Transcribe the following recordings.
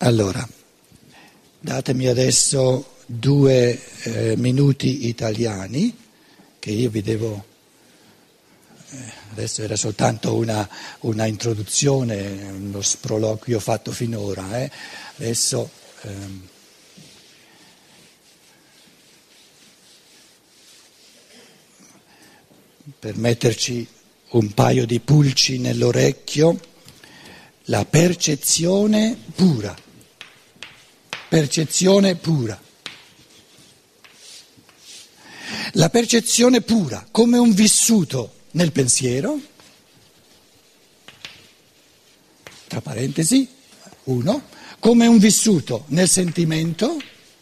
Allora, datemi adesso 2 minuti italiani, che io vi devo, adesso era soltanto una introduzione, uno sproloquio fatto finora, adesso per metterci un paio di pulci nell'orecchio, la percezione pura. Percezione pura. La percezione pura come un vissuto nel pensiero, tra parentesi, 1, come un vissuto nel sentimento,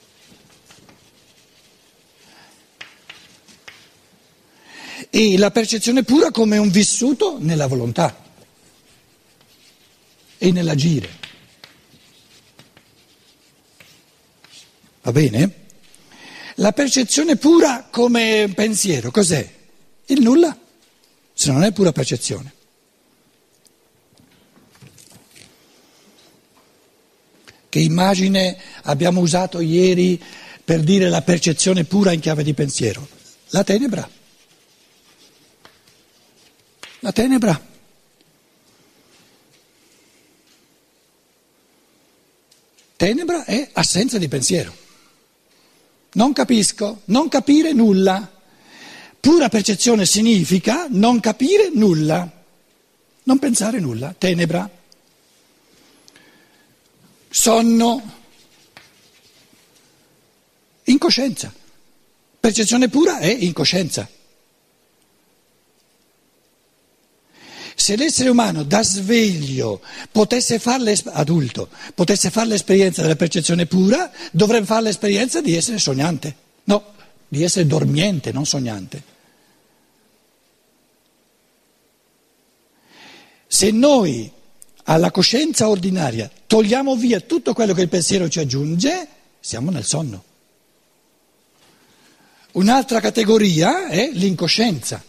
e la percezione pura come un vissuto nella volontà e nell'agire. Va bene? La percezione pura come pensiero, cos'è? Il nulla, se non è pura percezione. Che immagine abbiamo usato ieri per dire la percezione pura in chiave di pensiero? La tenebra. La tenebra. Tenebra è assenza di pensiero. Non capisco, non capire nulla. Pura percezione significa non capire nulla, non pensare nulla. Tenebra. Sonno. Incoscienza. Percezione pura è incoscienza. Se l'essere umano da sveglio adulto, potesse fare l'esperienza della percezione pura, dovrebbe fare l'esperienza di essere sognante. No, di essere dormiente, non sognante. Se noi alla coscienza ordinaria togliamo via tutto quello che il pensiero ci aggiunge, siamo nel sonno. Un'altra categoria è l'incoscienza.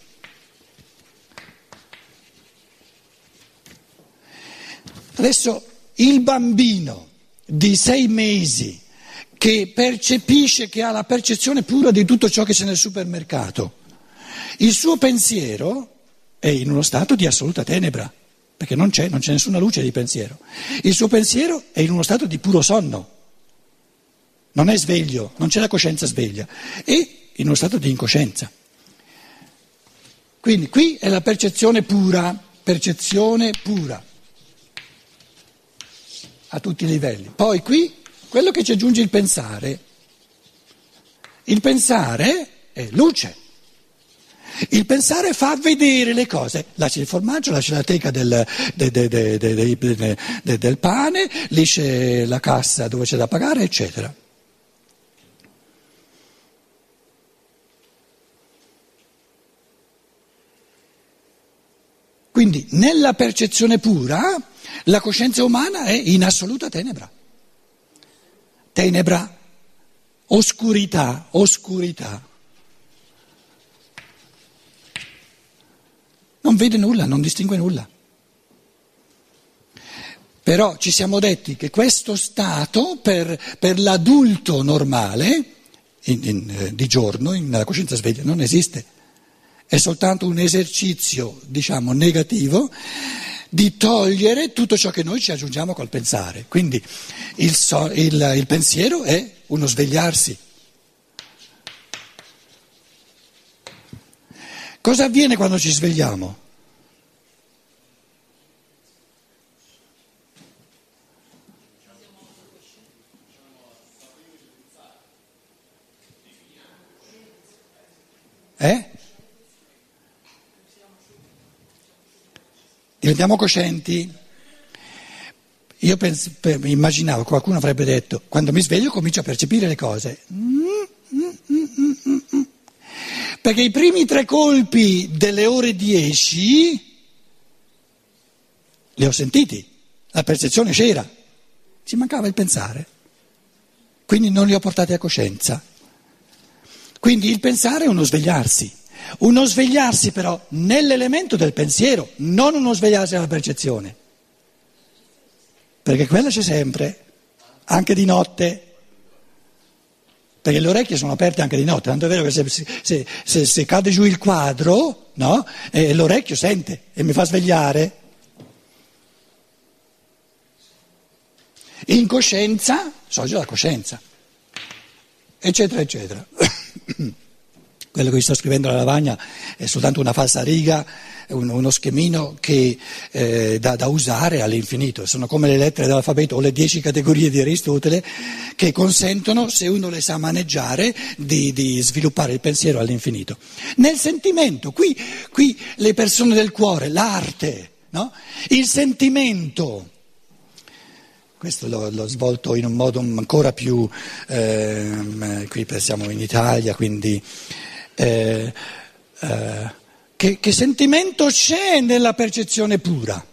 Adesso il bambino di 6 mesi che percepisce, che ha la percezione pura di tutto ciò che c'è nel supermercato, il suo pensiero è in uno stato di assoluta tenebra, perché non c'è nessuna luce di pensiero. Il suo pensiero è in uno stato di puro sonno, non è sveglio, non c'è la coscienza sveglia, è in uno stato di incoscienza. Quindi qui è la percezione pura. A tutti i livelli. Poi qui, quello che ci aggiunge il pensare è luce. Il pensare fa vedere le cose. Là c'è il formaggio, là c'è la teca del pane, lì c'è la cassa dove c'è da pagare, eccetera. Quindi nella percezione pura la coscienza umana è in assoluta tenebra. Tenebra, oscurità. Non vede nulla, non distingue nulla. Però ci siamo detti che questo stato per l'adulto normale, di giorno, nella coscienza sveglia, non esiste. È soltanto un esercizio, negativo, di togliere tutto ciò che noi ci aggiungiamo col pensare. Quindi il pensiero è uno svegliarsi. Cosa avviene quando ci svegliamo? Diventiamo coscienti. Io immaginavo, qualcuno avrebbe detto, quando mi sveglio comincio a percepire le cose. Perché i primi 3 colpi delle ore 10 li ho sentiti, la percezione c'era, ci mancava il pensare, quindi non li ho portati a coscienza. Quindi il pensare è uno svegliarsi però nell'elemento del pensiero, non uno svegliarsi alla percezione, perché quella c'è sempre. anche di notte. Perché le orecchie sono aperte anche di notte, tanto è vero che se cade giù il quadro, no? L'orecchio sente e mi fa svegliare. In coscienza, sorge la coscienza, eccetera, eccetera. Quello che vi sto scrivendo alla lavagna è soltanto una falsa riga, uno schemino che da usare all'infinito. Sono come le lettere dell'alfabeto o le 10 categorie di Aristotele che consentono, se uno le sa maneggiare, di sviluppare il pensiero all'infinito. Nel sentimento, qui le persone del cuore, l'arte, no? Il sentimento. Questo l'ho svolto in un modo ancora più, qui siamo in Italia, quindi che sentimento c'è nella percezione pura?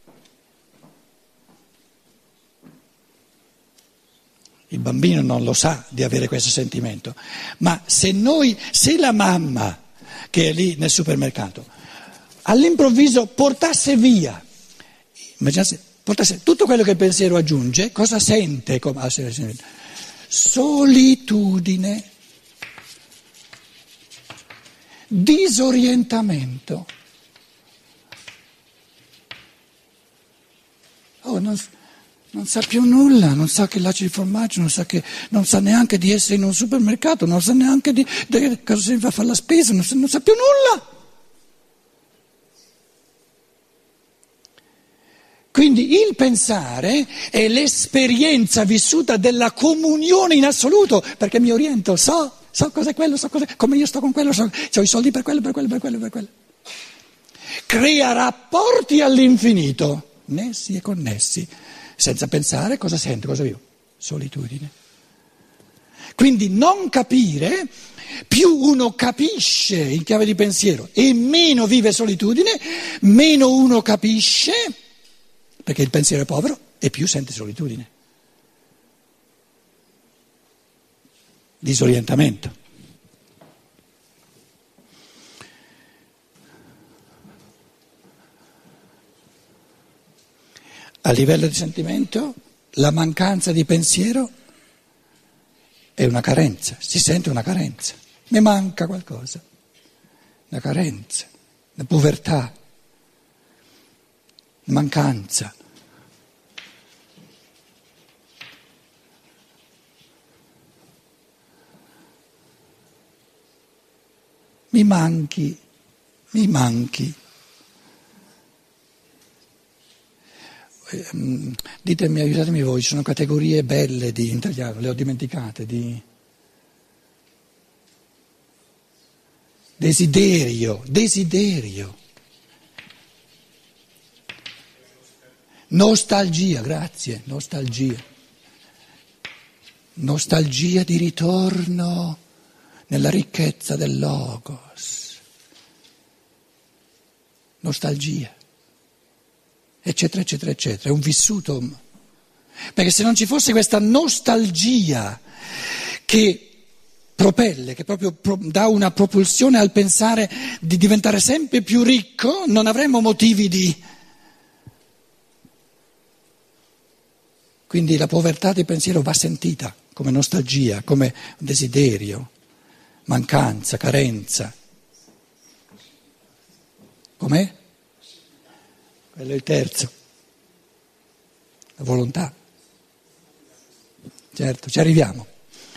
Il bambino non lo sa di avere questo sentimento, ma se la mamma che è lì nel supermercato all'improvviso portasse via, immaginate, portasse tutto quello che il pensiero aggiunge, cosa sente? Solitudine, disorientamento. Oh, non sa più nulla, non sa che là c'è il formaggio, non sa neanche di essere in un supermercato, non sa neanche di cosa si va a fare la spesa, non sa più nulla. Quindi il pensare è l'esperienza vissuta della comunione in assoluto, perché mi oriento, so cos'è quello, come io sto con quello, ho i soldi per quello. Crea rapporti all'infinito, nessi e connessi, senza pensare cosa sento, cosa vivo? Solitudine. Quindi non capire, più uno capisce in chiave di pensiero e meno vive solitudine, meno uno capisce, perché il pensiero è povero e più sente solitudine. Disorientamento. A livello di sentimento, la mancanza di pensiero è una carenza, si sente una carenza, mi manca qualcosa, una carenza, una povertà, mancanza. Mi manchi. Ditemi, aiutatemi voi, ci sono categorie belle in italiano, le ho dimenticate, di desiderio, nostalgia, grazie, nostalgia di ritorno nella ricchezza del logos, nostalgia. Eccetera, eccetera, eccetera, è un vissuto, perché se non ci fosse questa nostalgia che propelle, che proprio dà una propulsione al pensare di diventare sempre più ricco, non avremmo motivi di... Quindi la povertà di pensiero va sentita come nostalgia, come desiderio, mancanza, carenza. Com'è? Quello è il terzo, la volontà. Certo, ci arriviamo.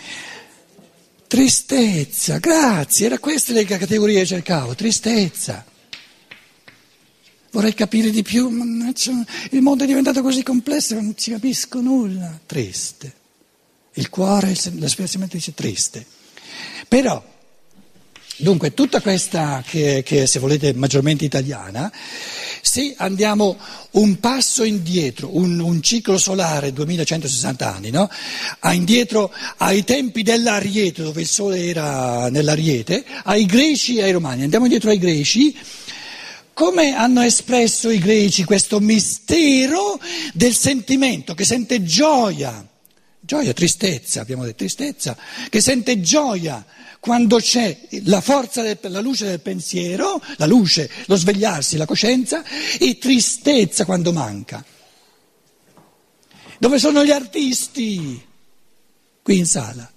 Tristezza, grazie, era queste le categorie che cercavo, tristezza. Vorrei capire di più, ma il mondo è diventato così complesso che non ci capisco nulla. Triste. Il cuore, l'espressione dice triste. Però, dunque, tutta questa che se volete maggiormente italiana, se andiamo un passo indietro, un ciclo solare 2160 anni, no? Indietro ai tempi dell'Ariete, dove il sole era nell'Ariete, ai greci e ai romani, andiamo indietro ai greci, come hanno espresso i greci questo mistero del sentimento che sente gioia, tristezza, abbiamo detto tristezza, che sente gioia quando c'è la forza, la luce del pensiero, la luce, lo svegliarsi, la coscienza, e tristezza quando manca. Dove sono gli artisti? Qui in sala.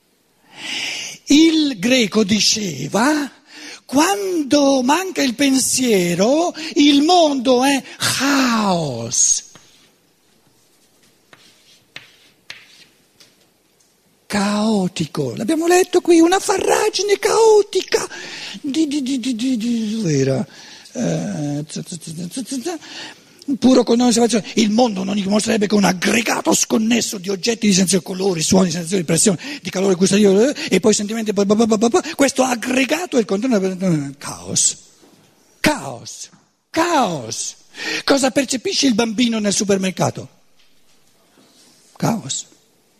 Il greco diceva, quando manca il pensiero, il mondo è caos. Caotico, l'abbiamo letto qui, una farragine caotica. Dove era? Puro con osservazione. Il mondo non dimostrerebbe che un aggregato sconnesso di oggetti di sensazione, colori, suoni, sensazioni, pressione, di calore gustativo e poi sentimenti. Questo aggregato è il contorno. Caos. Caos. Caos. Cosa percepisce il bambino nel supermercato? Caos.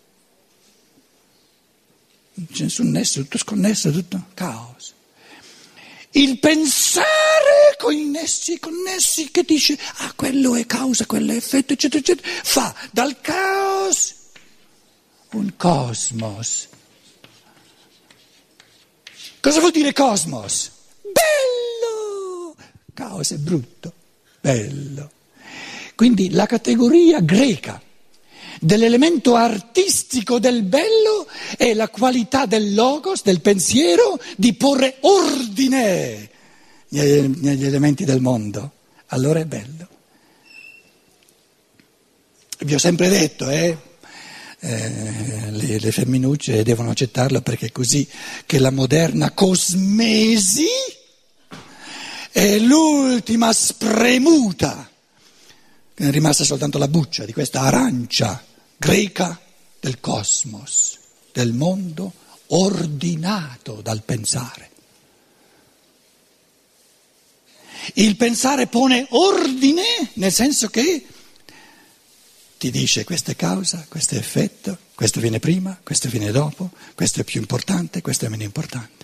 Non c'è nessun nesso, tutto sconnesso, tutto caos. Il pensare con i nessi e connessi che dice, quello è causa, quello è effetto, eccetera, eccetera, fa dal caos un cosmos. Cosa vuol dire cosmos? Bello! Caos è brutto, bello. Quindi la categoria greca dell'elemento artistico del bello è la qualità del logos, del pensiero, di porre ordine negli elementi del mondo. Allora è bello. Vi ho sempre detto, le femminucce devono accettarlo perché è così che la moderna cosmesi è l'ultima spremuta. È rimasta soltanto la buccia di questa arancia greca del cosmos, del mondo ordinato dal pensare. Il pensare pone ordine nel senso che ti dice questa è causa, questo è effetto, questo viene prima, questo viene dopo, questo è più importante, questo è meno importante.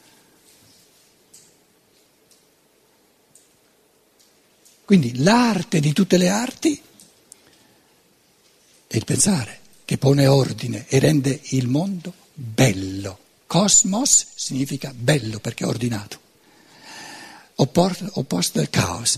Quindi l'arte di tutte le arti è il pensare che pone ordine e rende il mondo bello. Cosmos significa bello perché è ordinato. Opposto al caos.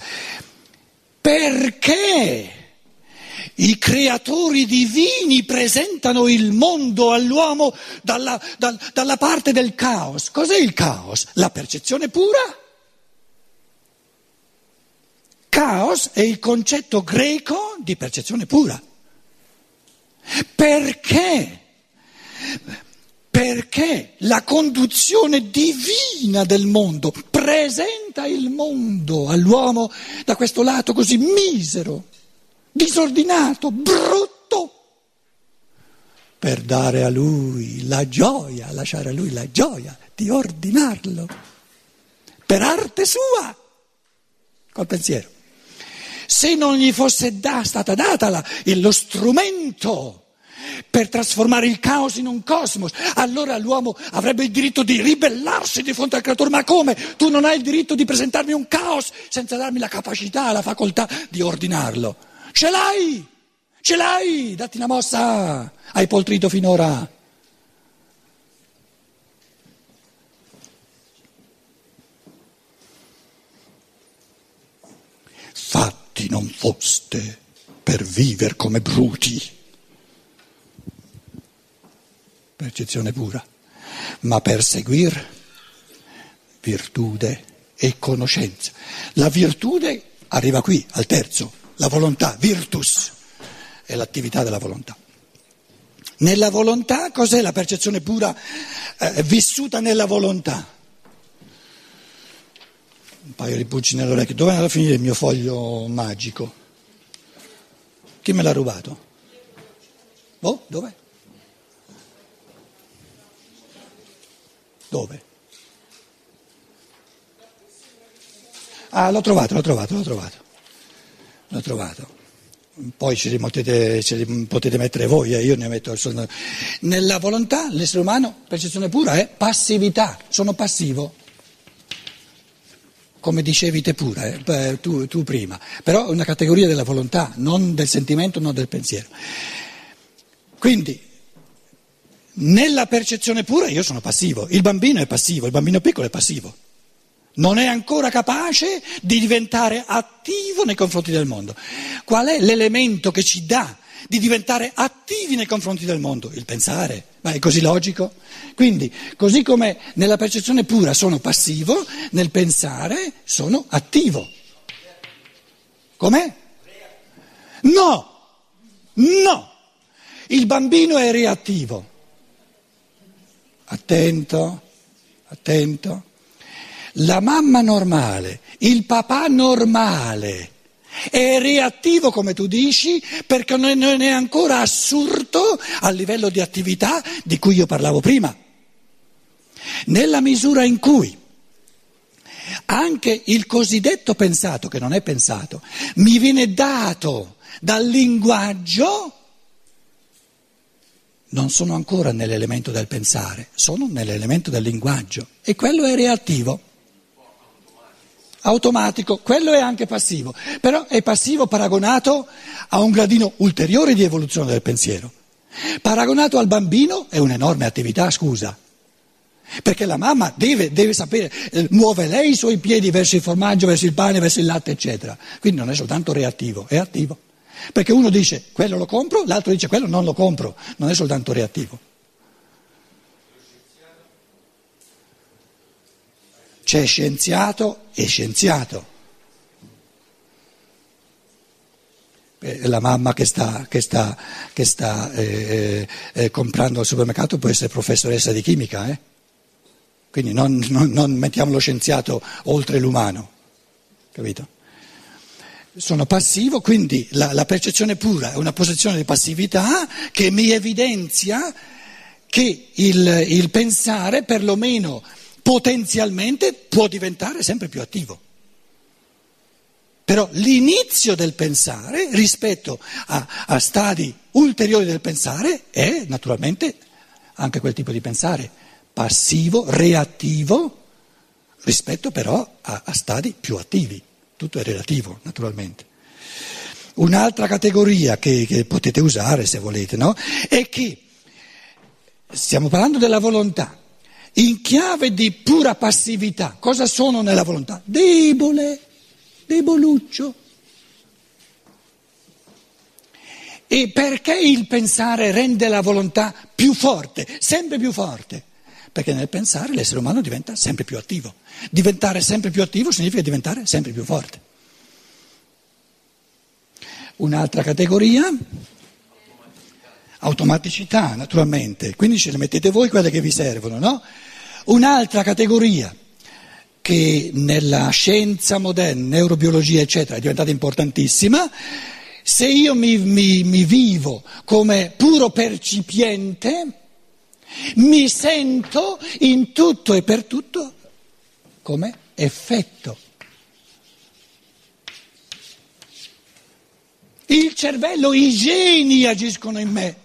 Perché i creatori divini presentano il mondo all'uomo dalla parte del caos? Cos'è il caos? La percezione pura? Caos è il concetto greco di percezione pura. Perché? Perché la conduzione divina del mondo presenta il mondo all'uomo da questo lato così misero, disordinato, brutto, per dare a lui la gioia, lasciare a lui la gioia di ordinarlo, per arte sua, col pensiero. Se non gli fosse stata data lo strumento per trasformare il caos in un cosmos, allora l'uomo avrebbe il diritto di ribellarsi di fronte al creatore. Ma come? Tu non hai il diritto di presentarmi un caos senza darmi la capacità, la facoltà di ordinarlo. Ce l'hai, datti una mossa, hai poltrito finora. Fatti non foste per viver come bruti. Percezione pura, ma per seguir virtude e conoscenza. La virtude arriva qui, al terzo, la volontà, virtus, è l'attività della volontà. Nella volontà, cos'è la percezione pura vissuta nella volontà? Un paio di pugni nell'orecchio. Dove è andato a finire il mio foglio magico? Chi me l'ha rubato? Oh, dov'è? Dove? Ah, l'ho trovato. Poi ce li potete mettere voi, io ne metto solo. Nella volontà, l'essere umano, percezione pura è passività, sono passivo. Come dicevi te pure, tu prima, però è una categoria della volontà, non del sentimento, non del pensiero. Quindi, nella percezione pura io sono passivo, il bambino è passivo, il bambino piccolo è passivo, non è ancora capace di diventare attivo nei confronti del mondo. Qual è l'elemento che ci dà di diventare attivi nei confronti del mondo, il pensare, ma è così logico? Quindi, così come nella percezione pura sono passivo, nel pensare sono attivo. Com'è? No, no, il bambino è reattivo. Attento, attento. La mamma normale, il papà normale è reattivo, come tu dici, perché non è ancora assurto al livello di attività di cui io parlavo prima. Nella misura in cui anche il cosiddetto pensato, che non è pensato, mi viene dato dal linguaggio, non sono ancora nell'elemento del pensare, sono nell'elemento del linguaggio e quello è reattivo. Automatico, quello è anche passivo, però è passivo paragonato a un gradino ulteriore di evoluzione del pensiero. Paragonato al bambino è un'enorme attività, scusa, perché la mamma deve sapere, muove lei i suoi piedi verso il formaggio, verso il pane, verso il latte, eccetera. Quindi non è soltanto reattivo, è attivo. Perché uno dice quello lo compro, l'altro dice quello non lo compro, non è soltanto reattivo. C'è scienziato e scienziato. La mamma che sta comprando al supermercato può essere professoressa di chimica, eh? Quindi non mettiamo lo scienziato oltre l'umano, capito? Sono passivo, quindi la percezione pura è una posizione di passività che mi evidenzia che il pensare perlomeno potenzialmente può diventare sempre più attivo. Però l'inizio del pensare rispetto a stadi ulteriori del pensare è naturalmente anche quel tipo di pensare passivo, reattivo, rispetto però a stadi più attivi. Tutto è relativo, naturalmente. Un'altra categoria che potete usare se volete, no? È che stiamo parlando della volontà. In chiave di pura passività, cosa sono nella volontà? Debole, deboluccio. E perché il pensare rende la volontà più forte, sempre più forte? Perché nel pensare l'essere umano diventa sempre più attivo. Diventare sempre più attivo significa diventare sempre più forte. Un'altra categoria? Automaticità, naturalmente. Quindi ce le mettete voi quelle che vi servono, no? Un'altra categoria che nella scienza moderna, neurobiologia, eccetera, è diventata importantissima. Se io mi vivo come puro percipiente, mi sento in tutto e per tutto come effetto. Il cervello, i geni agiscono in me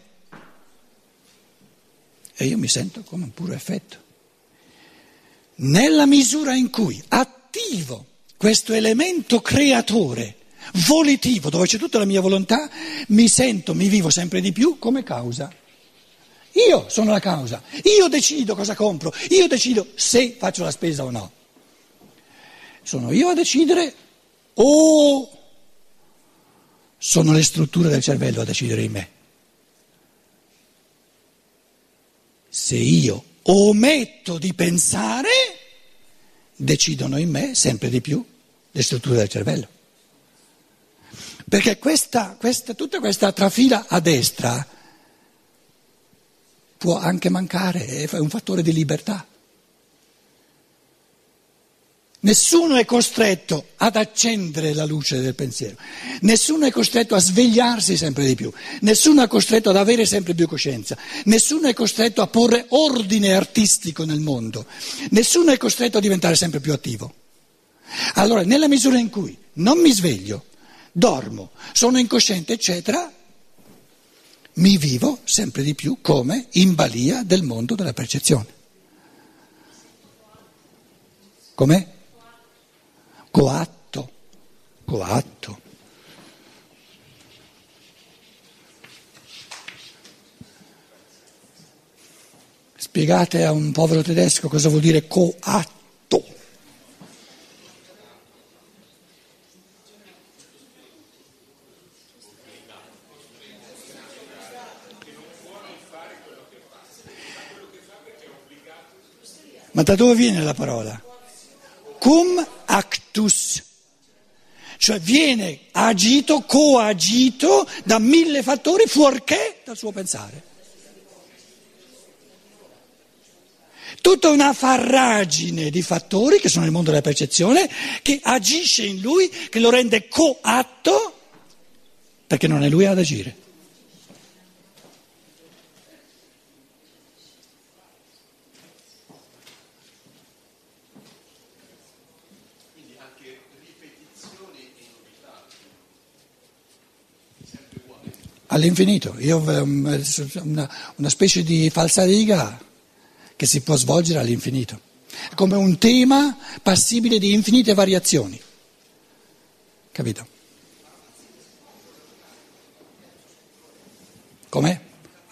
e io mi sento come un puro effetto. Nella misura in cui attivo questo elemento creatore, volitivo, dove c'è tutta la mia volontà, mi vivo sempre di più come causa. Io sono la causa, io decido cosa compro, io decido se faccio la spesa o no. Sono io a decidere o sono le strutture del cervello a decidere in me? Se io ometto di pensare, decidono in me sempre di più le strutture del cervello. Perché tutta questa trafila a destra può anche mancare, è un fattore di libertà. Nessuno è costretto ad accendere la luce del pensiero, nessuno è costretto a svegliarsi sempre di più, nessuno è costretto ad avere sempre più coscienza, nessuno è costretto a porre ordine artistico nel mondo, nessuno è costretto a diventare sempre più attivo. Allora, nella misura in cui non mi sveglio, dormo, sono incosciente, eccetera, mi vivo sempre di più come in balia del mondo della percezione. Com'è? Coatto. Spiegate a un povero tedesco cosa vuol dire coatto. Ma da dove viene la parola? Cum actus, cioè viene agito, coagito da 1000 fattori fuorché dal suo pensare. Tutta una farragine di fattori che sono nel mondo della percezione, che agisce in lui, che lo rende coatto, perché non è lui ad agire. Quindi anche ripetizione e novità, sempre uguale. All'infinito, una specie di falsariga che si può svolgere all'infinito, come un tema passibile di infinite variazioni, capito? Com'è?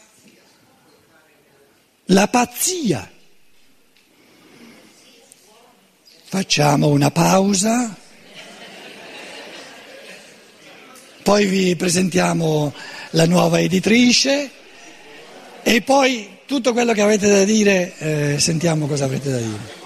La pazzia. Facciamo una pausa, poi vi presentiamo la nuova editrice e poi tutto quello che avete da dire, sentiamo cosa avete da dire.